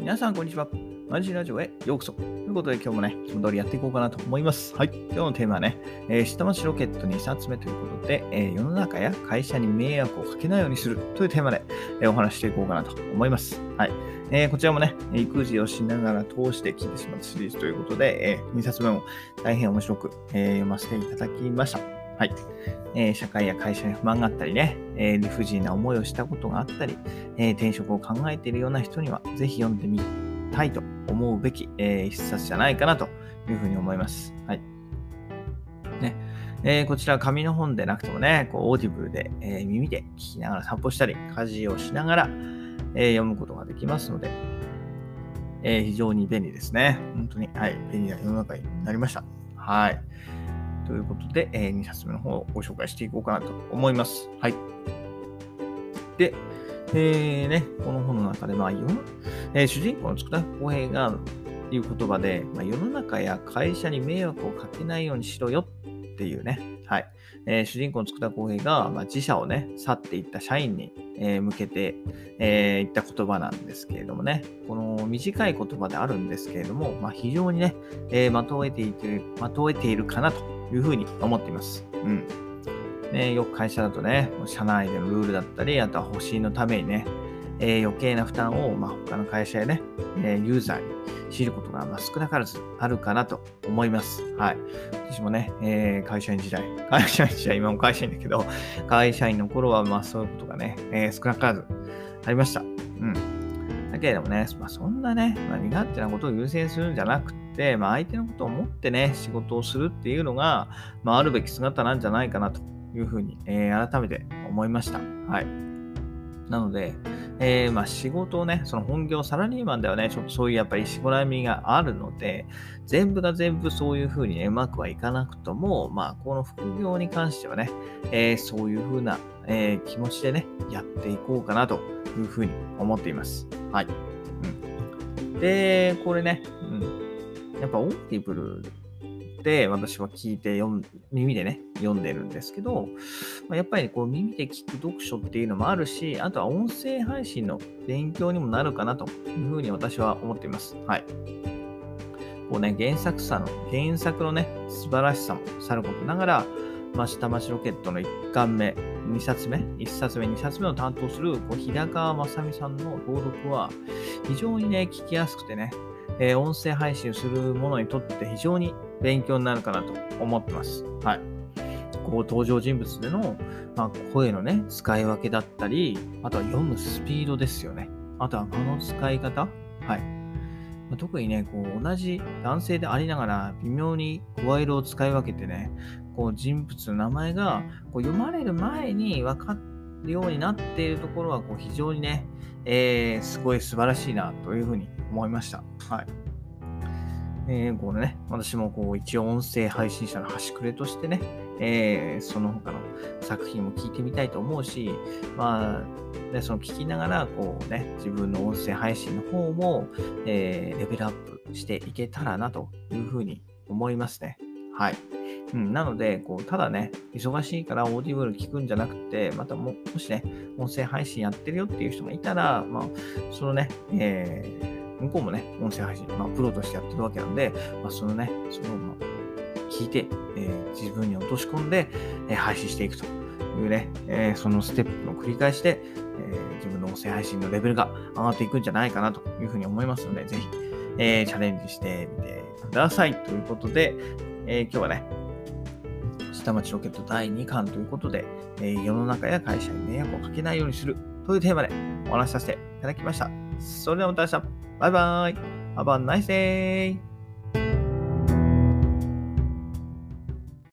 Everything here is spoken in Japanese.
皆さん、こんにちは。マンジーラジオへようこそ。ということで、今日もね、いつも通りやっていこうかなと思います。はい。今日のテーマはね、下町ロケット2冊目ということで、世の中や会社に迷惑をかけないようにするというテーマで、お話していこうかなと思います。はい。こちらもね、育児をしながら通して聞いてしまったシリーズということで、2冊目も大変面白く、読ませていただきました。はい。社会や会社に不満があったりね、理不尽な思いをしたことがあったり、転職を考えているような人には、ぜひ読んでみたいと思うべき、一冊じゃないかなというふうに思います。はい。ね。こちら紙の本でなくてもね、オーディブルで、耳で聞きながら散歩したり、家事をしながら、読むことができますので、非常に便利ですね。本当に、はい、便利な世の中になりました。はい。ということで、2冊目の方をご紹介していこうかなと思います。はい。で、この本の中で、主人公の佃公平が言う言葉で、世の中や会社に迷惑をかけないようにしろよっていうね、はい。主人公の佃公平が、自社をね、去っていった社員に、向けて、言った言葉なんですけれどもね、この短い言葉であるんですけれども、非常にね、的を得ているかなというふうに思っています。よく会社だとね、社内でのルールだったり、あとは保身のためにね、余計な負担を、他の会社やね、ユーザーに強いることが、少なからずあるかなと思います。はい。私もね、会社員時代、今も会社員だけど、会社員の頃は、そういうことがね、少なからずありました。だけれどもね、そんなね、身勝手なことを優先するんじゃなくて、相手のことを思ってね、仕事をするっていうのが、あるべき姿なんじゃないかなというふうに、改めて思いました。はい。なので、仕事をね、その本業サラリーマンではね、ちょっとそういうやっぱりしごらみがあるので、全部が全部そういうふうにね、うまくはいかなくとも、この副業に関してはね、そういうふうな、気持ちでね、やっていこうかなというふうに思っています。はい。で、これね、やっぱオーディブルで私は聞いて耳でね、読んでるんですけど、やっぱり耳で聞く読書っていうのもあるし、あとは音声配信の勉強にもなるかなというふうに私は思っています。はい。原作のね、素晴らしさもさることながら、下町ロケットの1冊目、2冊目を担当する平川正美さんの朗読は、非常にね、聞きやすくてね、音声配信する者にとって非常に勉強になるかなと思ってます。はい。登場人物での、声のね、使い分けだったり、あとは読むスピードですよね。あとは間の使い方。はい。特にね、同じ男性でありながら、微妙に声色を使い分けてね、人物の名前が読まれる前に分かるようになっているところは、非常にね、すごい素晴らしいなというふうに思いました。はい。私も一応音声配信者の端くれとしてね、その他の作品も聞いてみたいと思うし、その聞きながら、自分の音声配信の方も、レベルアップしていけたらなというふうに思いますね。はい。なので、ただね、忙しいからオーディブル聞くんじゃなくて、またもしね、音声配信やってるよっていう人がいたら、そのね、向こうもね、音声配信、プロとしてやってるわけなんで、聞いて、自分に落とし込んで、配信していくというね、そのステップの繰り返しで、自分の音声配信のレベルが上がっていくんじゃないかなというふうに思いますので、ぜひ、チャレンジしてみてください。ということで、今日はね、下町ロケット第2巻ということで、世の中や会社に迷惑をかけないようにするというテーマでお話しさせていただきました。それではまた明日。バイバイ。Have a nice day.